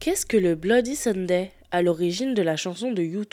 Qu'est-ce que le Bloody Sunday, à l'origine de la chanson de U2 ?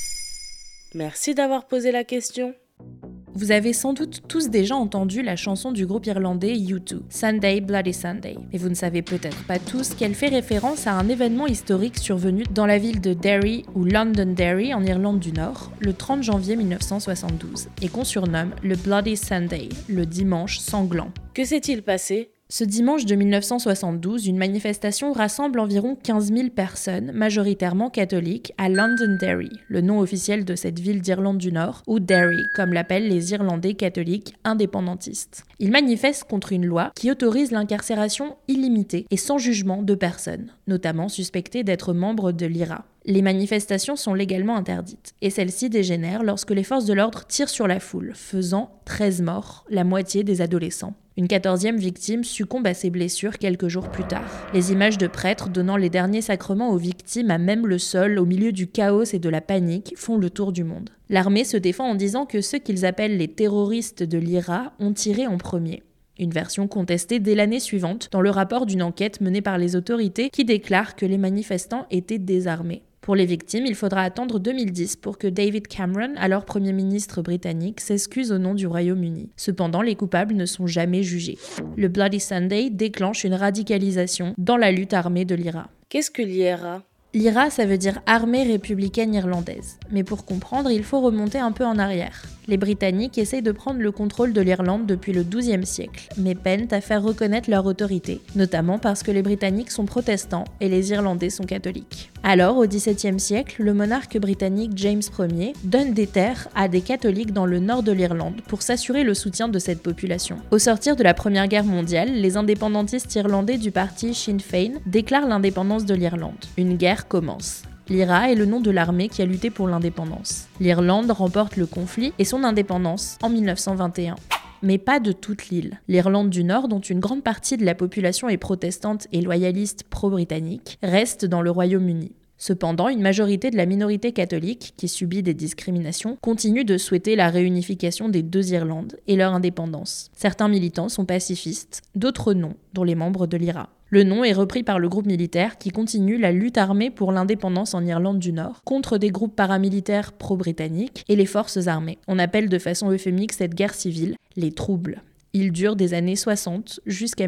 Merci d'avoir posé la question. Vous avez sans doute tous déjà entendu la chanson du groupe irlandais U2, Sunday Bloody Sunday, mais vous ne savez peut-être pas tous qu'elle fait référence à un événement historique survenu dans la ville de Derry ou Londonderry en Irlande du Nord, le 30 janvier 1972, et qu'on surnomme le Bloody Sunday, le dimanche sanglant. Que s'est-il passé ? Ce dimanche de 1972, une manifestation rassemble environ 15 000 personnes, majoritairement catholiques, à Londonderry, le nom officiel de cette ville d'Irlande du Nord, ou Derry, comme l'appellent les Irlandais catholiques indépendantistes. Ils manifestent contre une loi qui autorise l'incarcération illimitée et sans jugement de personnes, notamment suspectées d'être membres de l'IRA. Les manifestations sont légalement interdites, et celles-ci dégénèrent lorsque les forces de l'ordre tirent sur la foule, faisant 13 morts, la moitié des adolescents. Une 14e victime succombe à ses blessures quelques jours plus tard. Les images de prêtres donnant les derniers sacrements aux victimes à même le sol, au milieu du chaos et de la panique, font le tour du monde. L'armée se défend en disant que ceux qu'ils appellent les terroristes de l'IRA ont tiré en premier. Une version contestée dès l'année suivante dans le rapport d'une enquête menée par les autorités qui déclare que les manifestants étaient désarmés. Pour les victimes, il faudra attendre 2010 pour que David Cameron, alors Premier ministre britannique, s'excuse au nom du Royaume-Uni. Cependant, les coupables ne sont jamais jugés. Le Bloody Sunday déclenche une radicalisation dans la lutte armée de l'IRA. Qu'est-ce que l'IRA ? L'IRA, ça veut dire Armée républicaine irlandaise. Mais pour comprendre, il faut remonter un peu en arrière. Les Britanniques essayent de prendre le contrôle de l'Irlande depuis le XIIe siècle, mais peinent à faire reconnaître leur autorité, notamment parce que les Britanniques sont protestants et les Irlandais sont catholiques. Alors, au XVIIe siècle, le monarque britannique James Ier donne des terres à des catholiques dans le nord de l'Irlande pour s'assurer le soutien de cette population. Au sortir de la Première Guerre mondiale, les indépendantistes irlandais du parti Sinn Féin déclarent l'indépendance de l'Irlande. Une guerre commence. L'IRA est le nom de l'armée qui a lutté pour l'indépendance. L'Irlande remporte le conflit et son indépendance en 1921. Mais pas de toute l'île. L'Irlande du Nord, dont une grande partie de la population est protestante et loyaliste pro-britannique, reste dans le Royaume-Uni. Cependant, une majorité de la minorité catholique, qui subit des discriminations, continue de souhaiter la réunification des deux Irlandes et leur indépendance. Certains militants sont pacifistes, d'autres non, dont les membres de l'IRA. Le nom est repris par le groupe militaire qui continue la lutte armée pour l'indépendance en Irlande du Nord contre des groupes paramilitaires pro-britanniques et les forces armées. On appelle de façon euphémique cette guerre civile les troubles. Il dure des années 60 jusqu'à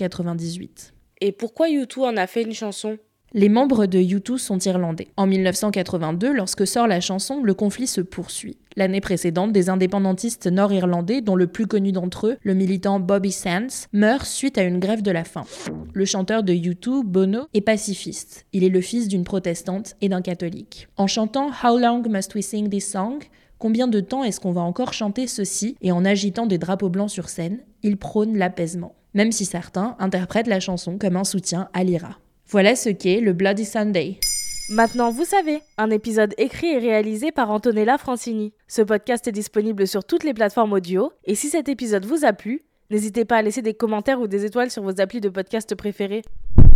1998. Et pourquoi U2 en a fait une chanson ? Les membres de U2 sont irlandais. En 1982, lorsque sort la chanson, le conflit se poursuit. L'année précédente, des indépendantistes nord-irlandais, dont le plus connu d'entre eux, le militant Bobby Sands, meurt suite à une grève de la faim. Le chanteur de U2, Bono, est pacifiste. Il est le fils d'une protestante et d'un catholique. En chantant « How long must we sing this song ?» Combien de temps est-ce qu'on va encore chanter ceci et en agitant des drapeaux blancs sur scène, il prône l'apaisement. Même si certains interprètent la chanson comme un soutien à l'IRA. Voilà ce qu'est le Bloody Sunday. Maintenant, vous savez, un épisode écrit et réalisé par Antonella Francini. Ce podcast est disponible sur toutes les plateformes audio, et si cet épisode vous a plu, n'hésitez pas à laisser des commentaires ou des étoiles sur vos applis de podcast préférés.